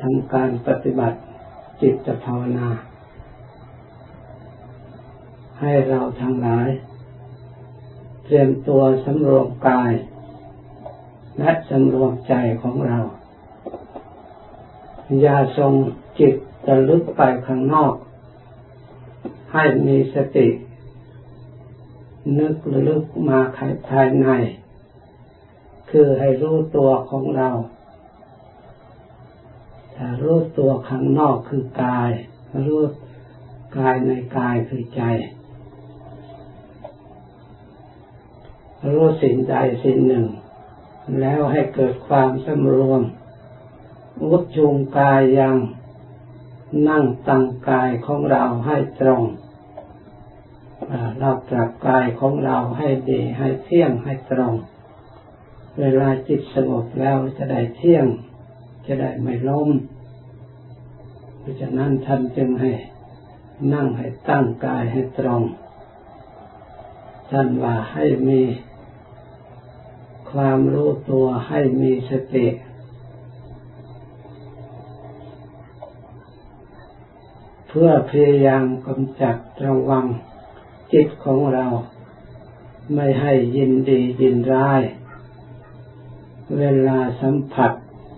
ำการปฏิบัติจิตภาวนาให้เราทั้งหลายเตรียมตัวสำรวมกายและสำรวมใจของเราอย่าส่งจิตระลึกไปข้างนอกให้มีสตินึกระลึกมาภายในคือให้รู้ตัวของเราถ้ารู้ตัวข้างนอกคือกายรู้กายในกายคือใจรู้สิ่งใดสิ่งหนึ่งแล้วให้เกิดความสำรวมอุดจุงกายยังนั่งตั้งกายของเราให้ตรงเราปรับกายของเราให้ดีให้เที่ยงให้ตรงเวลาจิตสงบแล้วจะได้เที่ยงจะได้ไม่ล้มเพราะฉะนั้นท่านจึงให้นั่งให้ตั้งกายให้ตรงท่านว่าให้มีความรู้ตัวให้มีสติเพื่อพยายามกำจัดระวังจิตของเราไม่ให้ยินดียินร้ายเวลาสัมผัส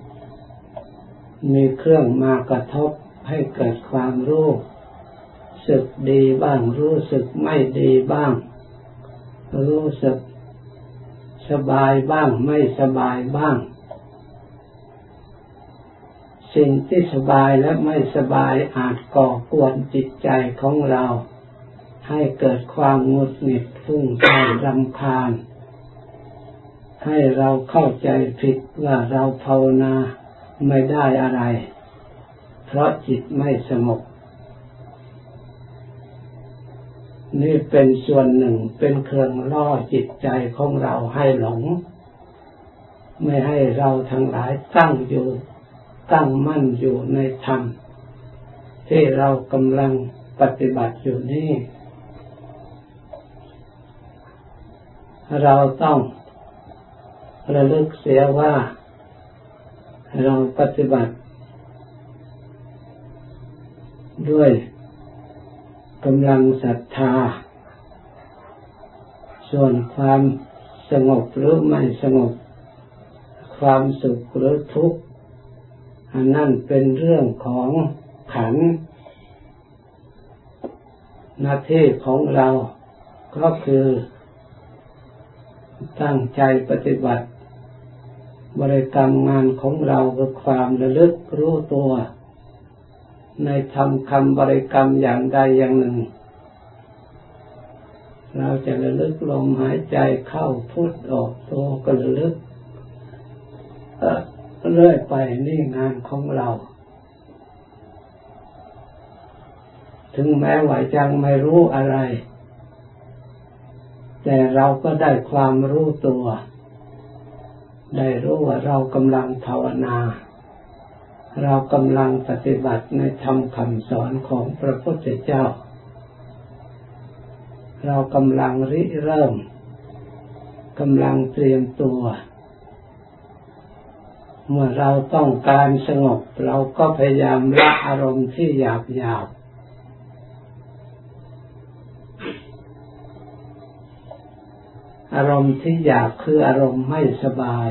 มีเครื่องมากระทบให้เกิดความรู้สึกดีบ้างรู้สึกไม่ดีบ้างรู้สึกสบายบ้างไม่สบายบ้างสิ่งที่สบายและไม่สบายอาจก่อกวนจิตใจของเราให้เกิดความหงุดหงิดฟุ้งซ่านรำคาญให้เราเข้าใจผิดว่าเราภาวนาไม่ได้อะไรเพราะจิตไม่สงบนี่เป็นส่วนหนึ่งเป็นเครื่องล่อจิตใจของเราให้หลงไม่ให้เราทั้งหลายตั้งมั่นอยู่ในธรรมที่เรากำลังปฏิบัติอยู่นี้เราต้องระลึกเสียว่าเราปฏิบัติด้วยกำลังศรัทธาส่วนความสงบหรือไม่สงบความสุขหรือทุกข์อันนั้นเป็นเรื่องของขันธ์หน้าที่ของเราก็คือตั้งใจปฏิบัติบริกรรมงานของเราคือความระลึกรู้ตัวในทำคำบริกรรมอย่างใดอย่างหนึ่งเราจะระลึกลมหายใจเข้าพุทออกโทก็ระลึกเรื่อยไปนี่งานของเราถึงแม้ว่ายังไม่รู้อะไรแต่เราก็ได้ความรู้ตัวได้รู้ว่าเรากำลังภาวนาเรากำลังปฏิบัติในธรรมคำสอนของพระพุทธเจ้าเรากำลังริเริ่มกำลังเตรียมตัวเมื่อเราต้องการสงบเราก็พยายามละอารมณ์ที่หยาบอารมณ์ที่หยาบคืออารมณ์ไม่สบาย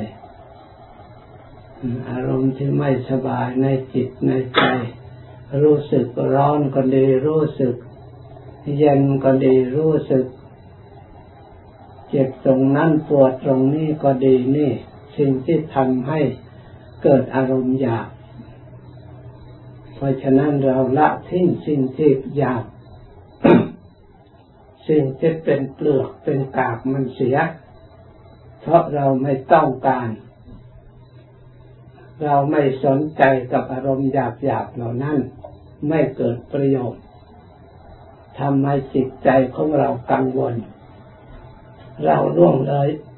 อารมณ์ที่ไม่สบายในจิตในใจรู้สึกร้อนก็ดีรู้สึกเย็นก็ดีรู้สึกเจ็บตรงนั้นปวดตรงนี้ก็ดีนี่สิ่งที่ทำให้เกิดอารมณ์หยาบเพราะฉะนั้นเราละทิ้งสิ่งที่หยาบ สิ่งที่เป็นเปลือกเป็นกากมันเสียเพราะเราไม่ต้องการเราไม่สนใจกับอารมณ์หยาบๆเหล่านั้นไม่เกิดประโยชน์ทำให้จิตใจของเรากังวลเราล่วงเลย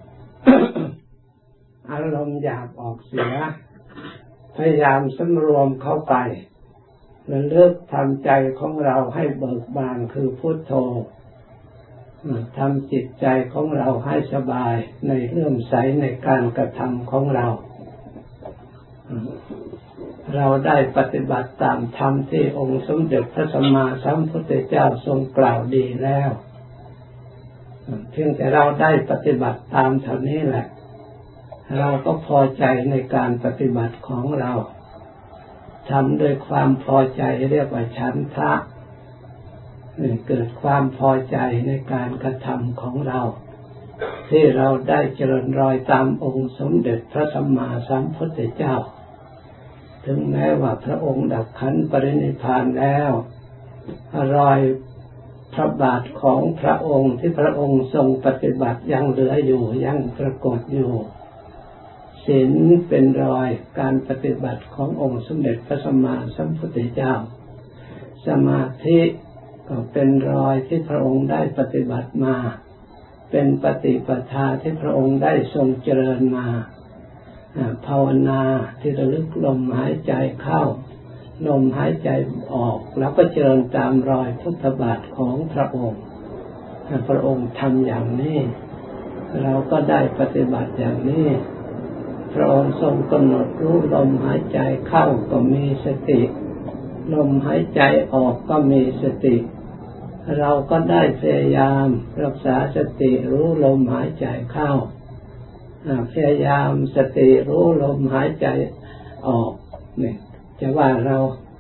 อารมณ์หยาบออกเสียพยายามสำรวมเข้าไประลึกทำใจของเราให้เบิกบานคือพุทโธทำจิตใจของเราให้สบายในเลื่อมใสในการกระทำของเราเราได้ปฏิบัติตามธรรมที่องค์สมเด็จพระสัมมาสัมพุทธเจ้าทรงกล่าวดีแล้วเพียงแต่เราได้ปฏิบัติตามเท่านี้แหละเราก็พอใจในการปฏิบัติของเราทำด้วยความพอใจเรียกว่าฉันทะเกิดความพอใจในการกระทำของเราที่เราได้เจริญรอยตามองค์สมเด็จพระสัมมาสัมพุทธเจ้าถึงแม้ว่าพระองค์ดับขันธ์ปรินิพพานแล้วรอยพระบาทของพระองค์ที่พระองค์ทรงปฏิบัติยังเหลืออยู่ยังปรากฏอยู่ศีลเป็นรอยการปฏิบัติขององค์สมเด็จพระสัมมาสัมพุทธเจ้าสมาธิก็เป็นรอยที่พระองค์ได้ปฏิบัติมาเป็นปฏิปทาที่พระองค์ได้ทรงเจริญมาภาวนาที่ระลึกลมหายใจเข้าลมหายใจออกแล้วก็เจริญตามรอยพุทธบาทของพระองค์พระองค์ทำอย่างนี้เราก็ได้ปฏิบัติอย่างนี้พระองค์ทรงกำหนดรู้ลมหายใจเข้าก็มีสติลมหายใจออกก็มีสติเราก็ได้พยายามรักษาสติรู้ลมหายใจเข้าพยายามสติรู้ลมหายใจออกเนี่ยจะว่าเรา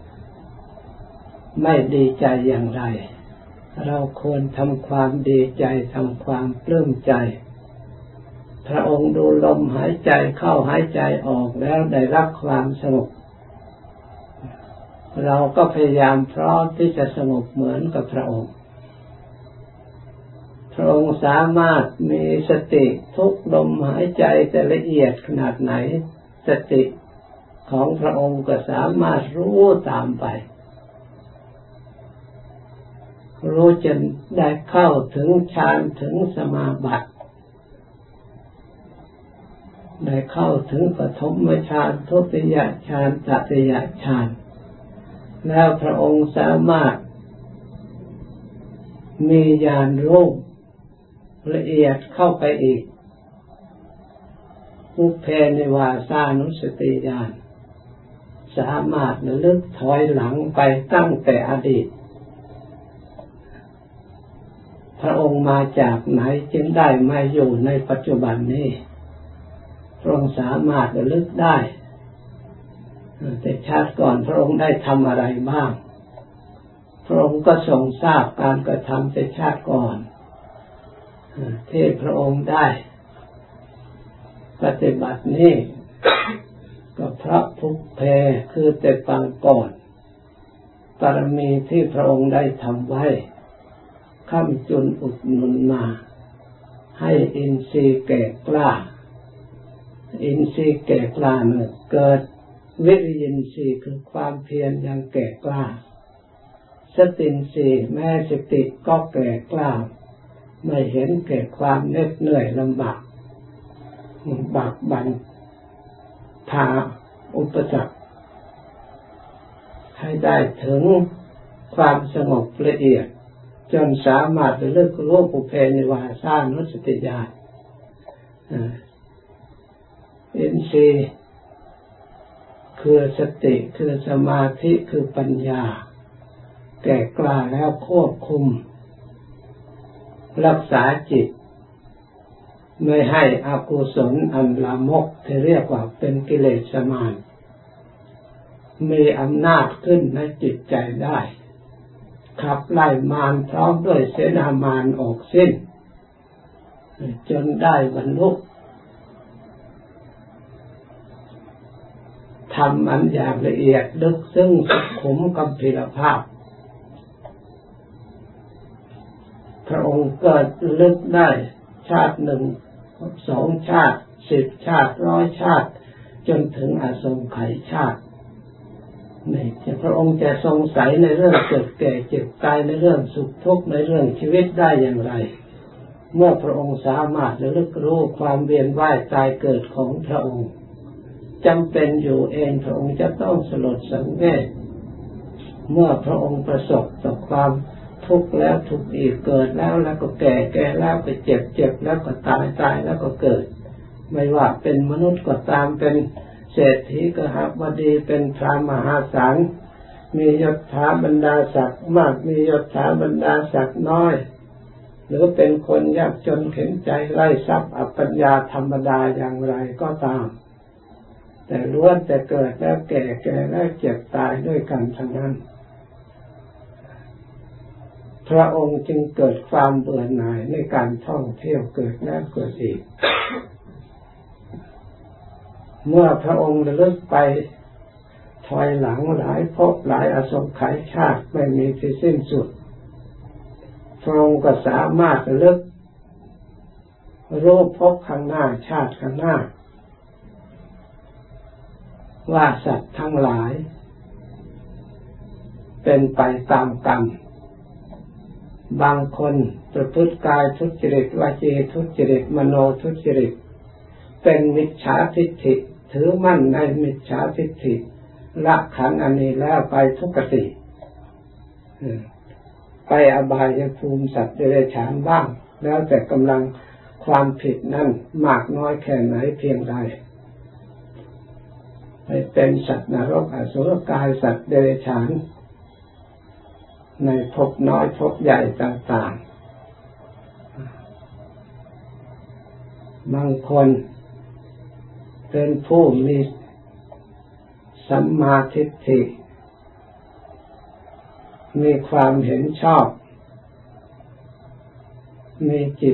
ไม่ดีใจอย่างไรเราควรทำความดีใจทำความปลื้มใจพระองค์ดูลมหายใจเข้าหายใจออกแล้วได้รับความสงบเราก็พยายามพร้อมที่จะสงบเหมือนกับพระองค์พระองค์สามารถมีสติทุกลมหายใจแต่ละเอียดขนาดไหนสติของพระองค์ก็สามารถรู้ตามไปรู้จนได้เข้าถึงฌานถึงสมาบัติได้เข้าถึงปฐมฌานทุติยฌานตติยฌานแล้วพระองค์สามารถมีญาณรู้ละเอียดเข้าไปอีกอุเพนิวาสานุสติญาณสามารถระลึกถอยหลังไปตั้งแต่อดีตพระองค์มาจากไหนจึงได้มาอยู่ในปัจจุบันนี้พระองค์สามารถระลึกได้แต่ชาติก่อนพระองค์ได้ทำอะไรบ้างพระองค์ก็ทรงทราบการกระทำแต่ชาติก่อนที่พระองค์ได้ปฏิบัตินี้ก็เพราะทุกเพคือแต่ปางก่อนบารมีที่พระองค์ได้ทำไว้ค้ำจุนอุดหนุนมาให้อินทรีย์แก่กล้าอินทรีย์แก่กล้าเนี่ยเกิดวิริยินทรีย์คือความเพียรยังแก่กล้าสตินทรีย์แม้สติก็แก่กล้าไม่เห็นแก่ความเหน็ดเหนื่อยลำบากบากบั่นพาอุปสรรคให้ได้ถึงความสงบละเอียดจนสามารถระลึกรู้ปุเพนิวาสานุสติญาณอินทรีย์คือสติคือสมาธิคือปัญญาแก่กล้าแล้วควบคุมรักษาจิตไม่ให้อกุศลอันลามกที่เรียกว่าเป็นกิเลสมารมีอำนาจขึ้นในจิตใจได้ขับไล่มารพร้อมด้วยเสนามารออกสิ้นจนได้บรรลุทำอันอย่างละเอียดลึกซึ้งสุขุมกัมพีรภาพพระองค์เกิดลึกได้ชาติหนึ่ง2 ชาติ10 ชาติ100 ชาติจนถึงอสงไขยชาตินี่พระองค์จะสงสัยในเรื่องเกิดแก่เจ็บตายในเรื่องสุขทุกข์ในเรื่องชีวิตได้อย่างไรเมื่อพระองค์สามารถระลึกรู้ความเวียนว่ายตายเกิดของพระองค์จำเป็นอยู่เองพระองค์จะต้องสลดสังเวชเมื่อพระองค์ประสบต่อความทุกข์แล้วทุกข์อีกเกิดแล้วก็แก่แล้วก็เจ็บแล้วก็ตายแล้วก็เกิดไม่ว่าเป็นมนุษย์ก็ตามเป็นเศรษฐีกหบดีเป็นพระมหาศาลมียศถาบรรดาศักดิ์มากมียศถาบรรดาศักดิ์น้อยหรือเป็นคนยากจนเข็ญใจไร้ทรัพย์อัปปัญญาธรรมดาอย่างไรก็ตามแต่ล้วนแต่เกิดแล้วแก่แล้วเจ็บตายด้วยกันทั้งนั้นพระองค์จึงเกิดความเบื่อหน่ายในการท่องเที่ยวเกิดแล้วเกิดอีก เมื่อพระองค์ระลึกไปถอยหลังหลายภพหลายอสงไขยชาติไม่มีที่สิ้นสุดพระองค์ก็สามารถระลึกรู้ภพข้างหน้าชาติข้างหน้าว่าสัตว์ทั้งหลายเป็นไปตามกรรมบางคนประพฤติกายทุจริตวจีทุจริตมโนทุจริตเป็นมิจฉาทิฏฐิถือมั่นในมิจฉาทิฏฐิละขันธ์อันนี้แล้วไปทุกขติไปอบายภูมิสัตว์เดรัจฉานบ้างแล้วแต่กำลังความผิดนั้นมากน้อยแค่ไหนเพียงใดไปเป็นสัตว์นรกอสุรกายสัตว์เดรัจฉานในภพน้อยภพใหญ่ต่างๆบางคนเป็นผู้มีสัมมาทิฏฐิมีความเห็นชอบมีจิต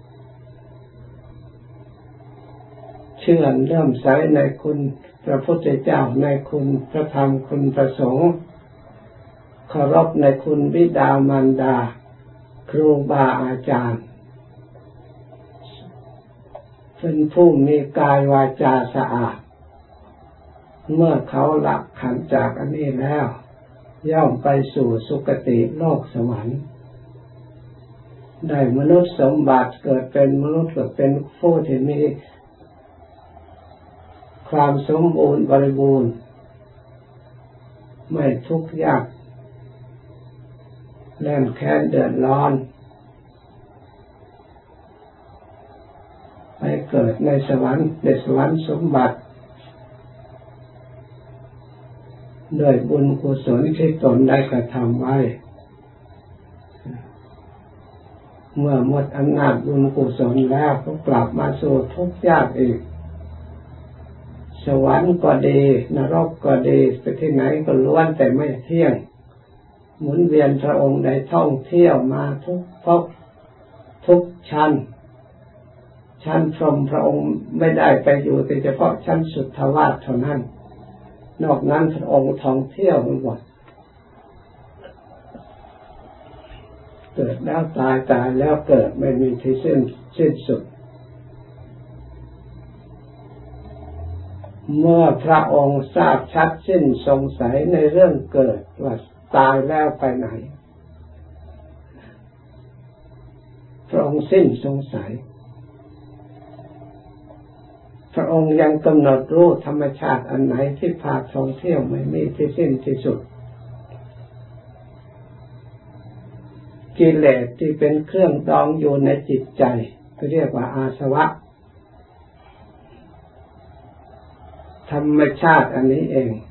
เชื่อเลื่อมใสในคุณพระพุทธเจ้าในคุณพระธรรมคุณพระสงฆ์เคารพในคุณบิดามารดาครูบาอาจารย์เป็นผู้มีกายวาจาสะอาดเมื่อเขาละขันธ์จากอันนี้แล้วย่อมไปสู่สุคติโลกสวรรค์ได้มนุษย์สมบัติเกิดเป็นมนุษย์ก็เป็นผู้ที่มีความสมบูรณ์บริบูรณ์ไม่ทุกข์ยากแล่นแค้นเดือดร้อนไปเกิดในสวรรค์ในสวรรค์สมบัติด้วยบุญกุศลที่ตนได้กระทำไว้เมื่อหมดอำนาจบุญกุศลแล้วก็กลับมาสู่ทุกข์ยากอีกสวรรค์ก็ดีนรกก็ดีไปที่ไหนก็ล้วนแต่ไม่เที่ยงหมุนเวียนพระองค์ได้ท่องเที่ยวมาทุกภพทุกชั้นพรหมพระองค์ไม่ได้ไปอยู่แต่เฉพาะชั้นสุทธาวาสเท่านั้นนอกนั้นพระองค์ท่องเที่ยวหมดเกิดแล้วตายแล้วเกิดไม่มีที่สิ้นสุดเมื่อพระองค์ทราบชัดสิ้นสงสัยในเรื่องเกิดว่าตายแล้วไปไหนพระองค์สิ้นสงสัยพระองค์ยังกำหนดรู้ธรรมชาติอันไหนที่พาท่องเที่ยวไม่มีที่สิ้นที่สุดกิเลสที่เป็นเครื่องดองอยู่ในจิตใจเรียกว่าอาสวะธรรมชาติอันนี้เอง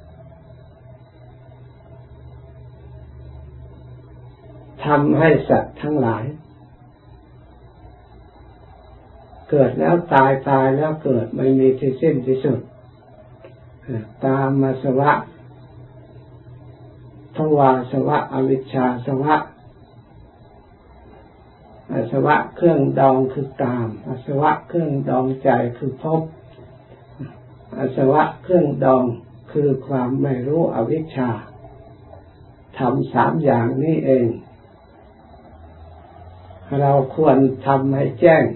ทำให้สัตว์ทั้งหลายเกิดแล้วตายแล้วเกิดไม่มีที่สิ้นที่สุดกามสวะภวาสวะอวิชชาสวะอาสวะเครื่องดองคือกามอาสวะเครื่องดองใจคือภพอาสวะเครื่องดองคือความไม่รู้อวิชชาทำ3อย่างนี้เองเราควรทำให้แจ้ง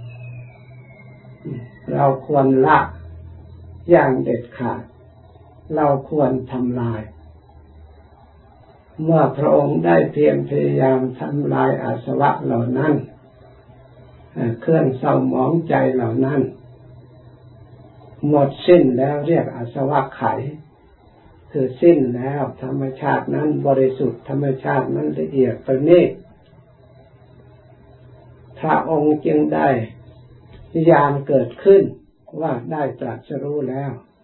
เราควรละอย่างเด็ดขาดเราควรทำลายเมื่อพระองค์ได้เพียรพยายามทำลายอาสวะเหล่านั้นเครื่องเศร้าหมองใจเหล่านั้นหมดสิ้นแล้วเรียกอาสวะไขคือสิ้นแล้วธรรมชาตินั้นบริสุทธิ์ธรรมชาตินั้นละเอียดประณีตพระองค์จึงได้ญาณเกิดขึ้นว่าได้ตรัสรู้แล้ว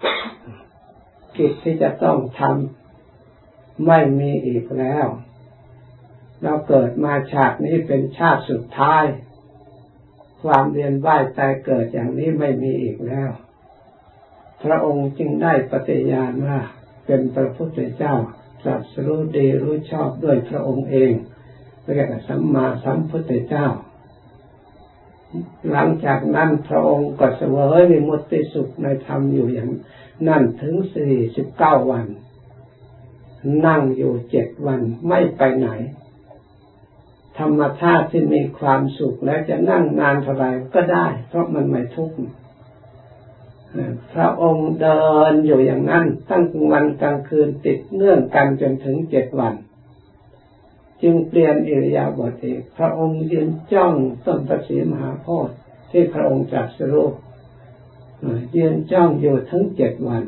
กิจที่จะต้องทำไม่มีอีกแล้วเราเกิดมาชาตินี้เป็นชาติสุดท้ายความเวียนว่ายตายเกิดอย่างนี้ไม่มีอีกแล้วพระองค์จึงได้ปฏิญาณว่าเป็นพระพุทธเจ้าตรัสรู้ดีรู้ชอบด้วยพระองค์เองเรียกว่าสัมมาสัมพุทธเจ้าหลังจากนั้นพระองค์ก็เสวยวิมุตติสุขในธรรมอยู่อย่างนั้นถึง49 วันนั่งอยู่7 วันไม่ไปไหนธรรมชาติที่มีความสุขแล้วจะนั่งนานเท่าไรก็ได้เพราะมันไม่ทุกข์พระองค์เดินอยู่อย่างนั้นตั้งวันกลางคืนติดเนื่องกันจนถึง7 วันจึงเปลี่ยนอิริยาบถอีกพระองค์ยืนจ้องต้นพระศรีมหาโพธิ์ที่พระองค์ตรัสรู้ยืนจ้องอยู่ถึง7 วัน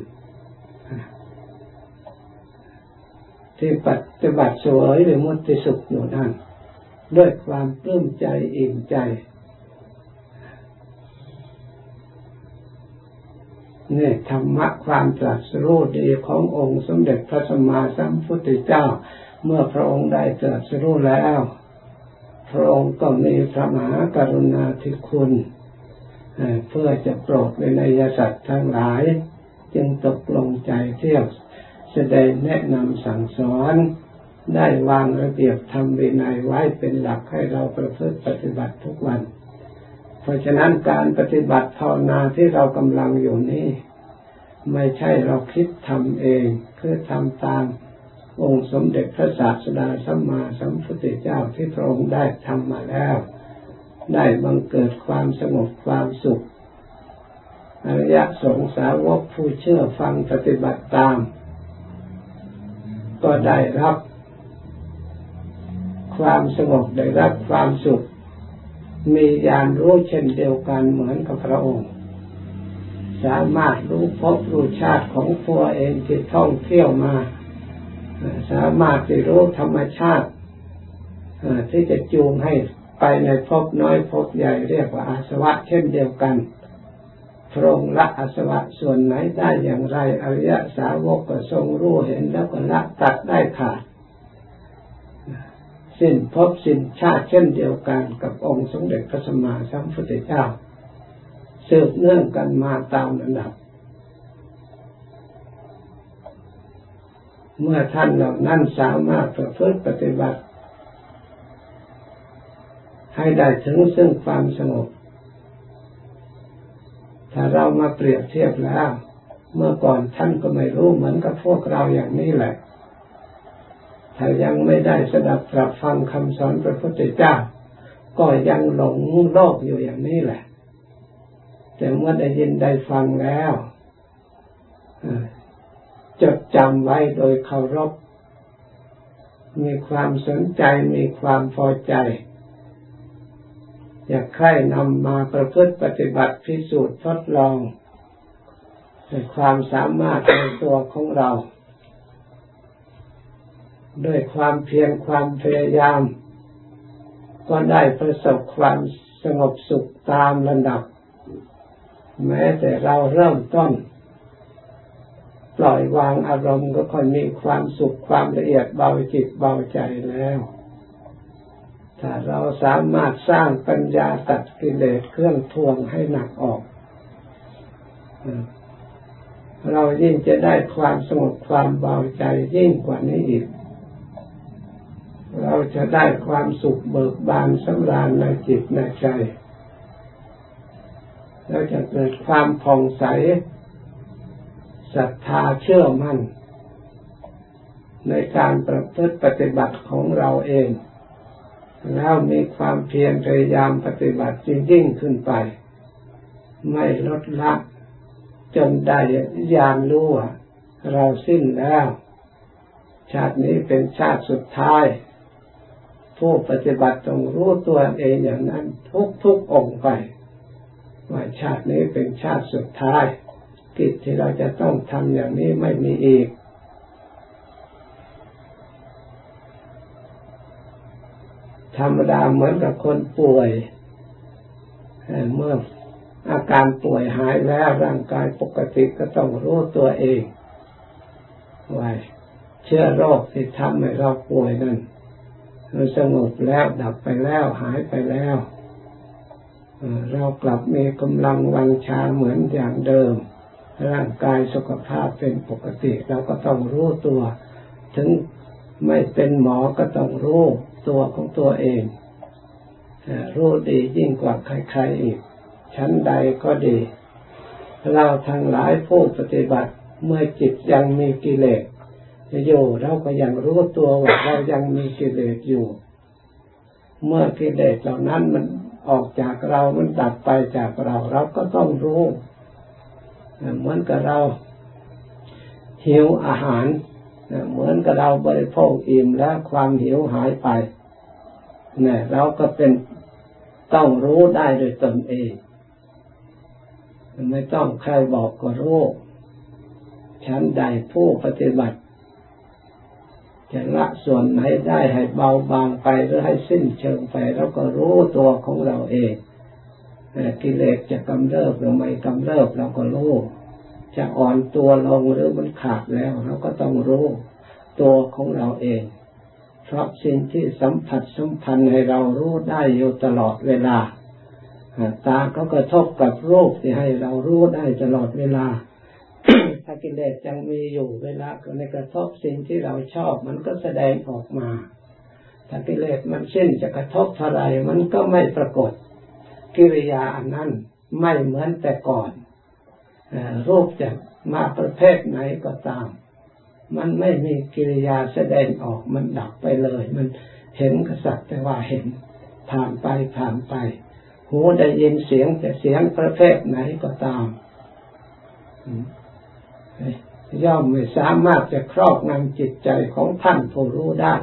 ที่ปฏิบัติเสวยวิมุตติสุขอยู่นั่นด้วยความปลื้มใจอิ่มใจเนี่ยธรรมะความตรัสรู้ดีขององค์สมเด็จพระสัมมาสัมพุทธเจ้าเมื่อพระองค์ได้ตรัสรู้แล้วพระองค์ก็มีพระมหากรุณาธิคุณเพื่อจะโปรดวินัยสัตว์ทั้งหลายจึงตกลงใจเที่ยวแสดงแนะนำสั่งสอนได้วางระเบียบธรรมวินัยไว้เป็นหลักให้เราประพฤติปฏิบัติทุกวันเพราะฉะนั้นการปฏิบัติภาวนาที่เรากำลังอยู่นี้ไม่ใช่เราคิดทำเองคือทำตามองค์สมเด็จพระศาสดาสัมมาสัมพุทธเจ้าที่พระองค์ได้ทำมาแล้วได้บังเกิดความสงบความสุขอริยสงฆ์สาวกผู้เชื่อฟังปฏิบัติตามก็ได้รับความสงบได้รับความสุขมีญาณรู้เช่นเดียวกันเหมือนกับพระองค์สามารถรู้ภพรู้ชาติของตัวเองที่ท่องเที่ยวมาสามารถที่รู้ธรรมชาติที่จะจูงให้ไปในภพน้อยภพใหญ่เรียกว่าอาสวะเช่นเดียวกันพระองค์ละอาสวะส่วนไหนได้อย่างไรอริยสาวกก็ทรงรู้เห็นแล้วก็ละตัดได้ขาดสิ้นภพสิ้นชาติเช่นเดียวกันกับองค์สมเด็จพระสัมมาสัมพุทธเจ้าสืบเนื่องกันมาตามลำดับเมื่อท่านเหล่านั้นสามารถประพฤติปฏิบัติให้ได้ถึงซึ่งความสงบถ้าเรามาเปรียบเทียบแล้วเมื่อก่อนท่านก็ไม่รู้เหมือนกับพวกเราอย่างนี้แหละถ้ายังไม่ได้สดับตรับฟังคำสอนพระพุทธเจ้าก็ยังหลงโลกอยู่อย่างนี้แหละแต่เมื่อได้ยินได้ฟังแล้วจดจำไว้โดยเคารพมีความสนใจมีความพอใจอยากใคร่นำมาประพฤติปฏิบัติพิสูจน์ทดลองด้วยความสามารถในตัวของเราด้วยความเพียรความพยายามก็ได้ประสบความสงบสุขตามระดับแม้แต่เราเริ่มต้นปล่อยวางอารมณ์ก็ค่อยมีความสุขความละเอียดเบาจิตเบาใจแล้วถ้าเราสามารถสร้างปัญญาตัดกิเลสเครื่องทวงให้หนักออกเรายิ่งจะได้ความสงบความเบาใจยิ่งกว่านี้อีกเราจะได้ความสุขเบิกบานสำราญในจิตในใจเราจะเกิดความผ่องใสศรัทธาเชื่อมั่นในการประพฤติปฏิบัติของเราเองแล้วมีความเพียรพยายามปฏิบัติยิ่งขึ้นไปไม่ลดละจนได้ญาณรู้ว่าเราสิ้นแล้วชาตินี้เป็นชาติสุดท้ายผู้ปฏิบัติต้องรู้ตัวเองอย่างนั้นทุกองค์ไปว่าชาตินี้เป็นชาติสุดท้ายกิจที่เราจะต้องทำอย่างนี้ไม่มีอีกธรรมดาเหมือนกับคนป่วยเมื่ออาการป่วยหายแล้วร่างกายปกติก็ต้องรู้ตัวเองว่าเชื้อโรคที่ทำให้เราป่วยนั้นมันสงบแล้วดับไปแล้วหายไปแล้วเรากลับมีกำลังวังชาเหมือนอย่างเดิมร่างกายสุขภาพเป็นปกติเราก็ต้องรู้ตัวถึงไม่เป็นหมอก็ต้องรู้ตัวของตัวเองรู้ดียิ่งกว่าใครๆอีกชั้นใดก็ดีเราทั้งหลายผู้ปฏิบัติเมื่อจิตยังมีกิเลสอยู่เราก็ยังรู้ตัวว่าเรายังมีกิเลสอยู่เมื่อกิเลสเหล่านั้นมันออกจากเรามันดับไปจากเราเราก็ต้องรู้เหมือนกับเราหิวอาหารเหมือนกับเราบริโภคอิ่มแล้วความหิวหายไปเนี่ยเราก็เป็นต้องรู้ได้โดยตนเองไม่ต้องใครบอกก็รู้ชั้นใดผู้ปฏิบัติจะละส่วนไหนได้ให้เบาบางไปหรือให้สิ้นเชิงไปเราก็รู้ตัวของเราเองกิเลสจะกำเริบหรือไม่กำเริบเราก็รู้จะอ่อนตัวลงหรือมันขาดแล้วเราก็ต้องรู้ตัวของเราเองเพราะสิ่งที่สัมผัสสัมพันธ์ให้เรารู้ได้อยู่ตลอดเวลาตาก็กระทบกับรูปที่ให้เรารู้ได้ตลอดเวลา ถ้ากิเลสยังมีอยู่เวลาในกระทบสิ่งที่เราชอบมันก็แสดงออกมาถ้ากิเลสมันสิ้นจะกระทบเท่าไรมันก็ไม่ปรากฏกิริยาอันนั้นไม่เหมือนแต่ก่อนรูปจะมาประเภทไหนก็ตามมันไม่มีกิริยาแสดงออกมันดับไปเลยมันเห็นก็สักแต่ว่าเห็นผ่านไปผ่านไปหูได้ยินเสียงแต่เสียงประเภทไหนก็ตามย่อมไม่สามารถจะครอบงำจิตใจของท่านผู้รู้ได้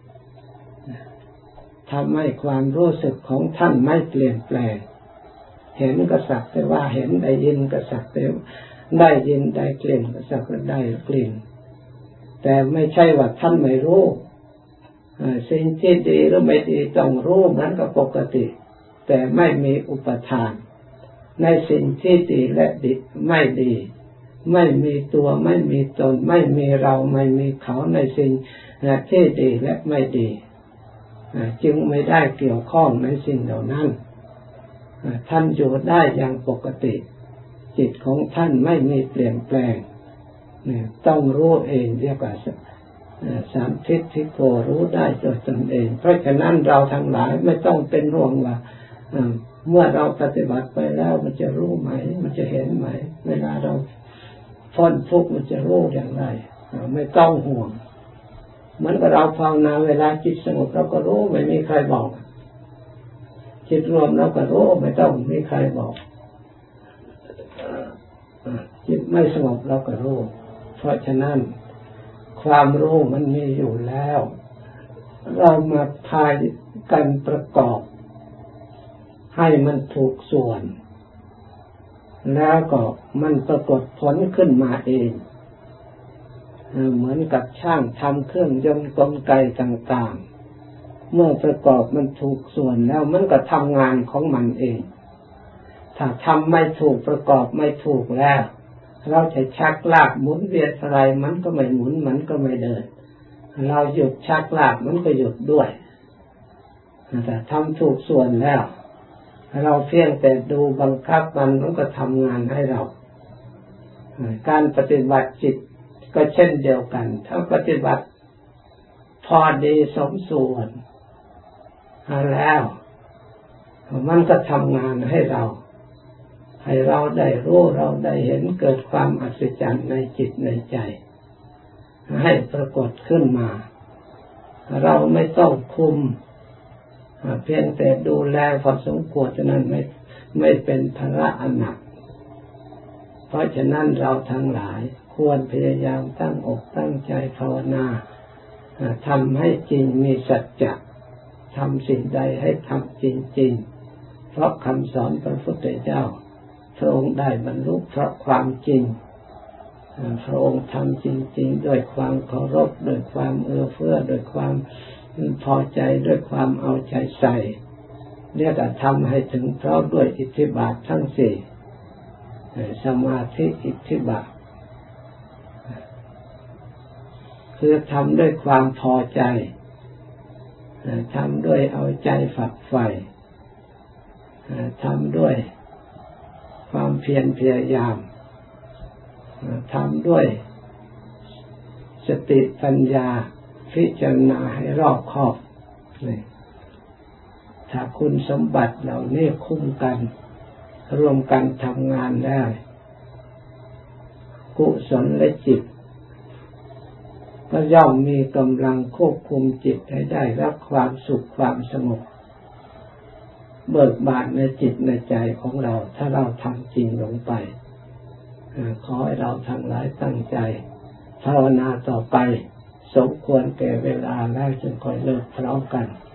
ทำให้ความรู้สึกของท่านไม่เปลี่ยนแปลงเห็นก็สักแต่ว่าเห็นได้ยินก็สักแต่ได้ยินได้กลิ่นก็สักแต่ได้กลิ่นแต่ไม่ใช่ว่าท่านไม่รู้สิ่งที่ดีหรือไม่ดีต้องรู้นั้นก็ปกติแต่ไม่มีอุปทานในสิ่งที่ดีและดีไม่ดีไม่มีตัวไม่มีตนไม่มีเราไม่มีเขาในสิ่งที่ดีและไม่ดีจึงไม่ได้เกี่ยวข้องในสิ่งเหล่านั้นท่านอยู่ได้อย่างปกติจิตของท่านไม่มีเปลี่ยนแปลงต้องรู้เองเรียกว่าสัมทิฏฐิโกรู้ได้โดยตนเองเพราะฉะนั้นเราทั้งหลายไม่ต้องเป็นห่วงว่าเมื่อเราปฏิบัติไปแล้วมันจะรู้ไหมมันจะเห็นไหมเวลาเราพ้นทุกข์มันจะรู้อย่างไรไม่ต้องห่วงเหมือนกับเราภาวนาเวลาจิตสงบเราก็รู้ไม่มีใครบอกจิตรวมเราก็รู้ไม่ต้องมีใครบอกจิตไม่สงบเราก็รู้เพราะฉะนั้นความรู้มันมีอยู่แล้วเรามาพากันประกอบให้มันถูกส่วนแล้วก็มันปรากฏผลขึ้นมาเองเหมือนกับช่างทำเครื่องยนต์กลไกต่างๆเมื่อประกอบมันถูกส่วนแล้วมันก็ทำงานของมันเองถ้าทำไม่ถูกประกอบไม่ถูกแล้วเราจะชักลากหมุนเวียนอะไรมันก็ไม่หมุนมันก็ไม่เดินเราหยุดชักลากมันก็หยุดด้วยแต่ทำถูกส่วนแล้วเราเพียงแต่ดูบังคับมันก็ทำงานให้เราการปฏิบัติจิตก็เช่นเดียวกันถ้าปฏิบัติพอดีสมส่วนแล้วมันก็ทำงานให้เราได้รู้เราได้เห็นเกิดความอัศจรรย์ในจิตในใจให้ปรากฏขึ้นมาเราไม่ต้องคุมเพียงแต่ดูแลพอสมควรฉะนั้นไม่เป็นภาระอันหนักเพราะฉะนั้นเราทั้งหลายควรพยายามตั้งอกตั้งใจภาวนาทำให้จริงมีสัจจะทำสิ่งใดให้ทำจริงๆเพราะคำสอนพระพุทธเจ้าพระองค์ได้บรรลุเพราะความจริงพระองค์ทำจริงๆด้วยความเคารพด้วยความเอื้อเฟื้อด้วยความพอใจด้วยความเอาใจใส่เรียกว่าทำให้ถึงพร้อมด้วยอิทธิบาททั้งสี่สมาธิอิทธิบาทคือทำด้วยความพอใจทำด้วยเอาใจฝักใฝ่ทำด้วยความเพียรพยายามทำด้วยสติปัญญาพิจารณาให้รอบคอบถ้าคุณสมบัติเหล่านี้คุ้มกันรวมกันทำงานได้กุศลและจิตก็ย่อมมีกำลังควบคุมจิตให้ได้รับความสุขความสงบเบิกบานในจิตในใจของเราถ้าเราทำจริงลงไปขอให้เราทั้งหลายตั้งใจภาวนาต่อไปสมควรแก่เวลาแล้วจึงค่อยเลิกพร้อมกัน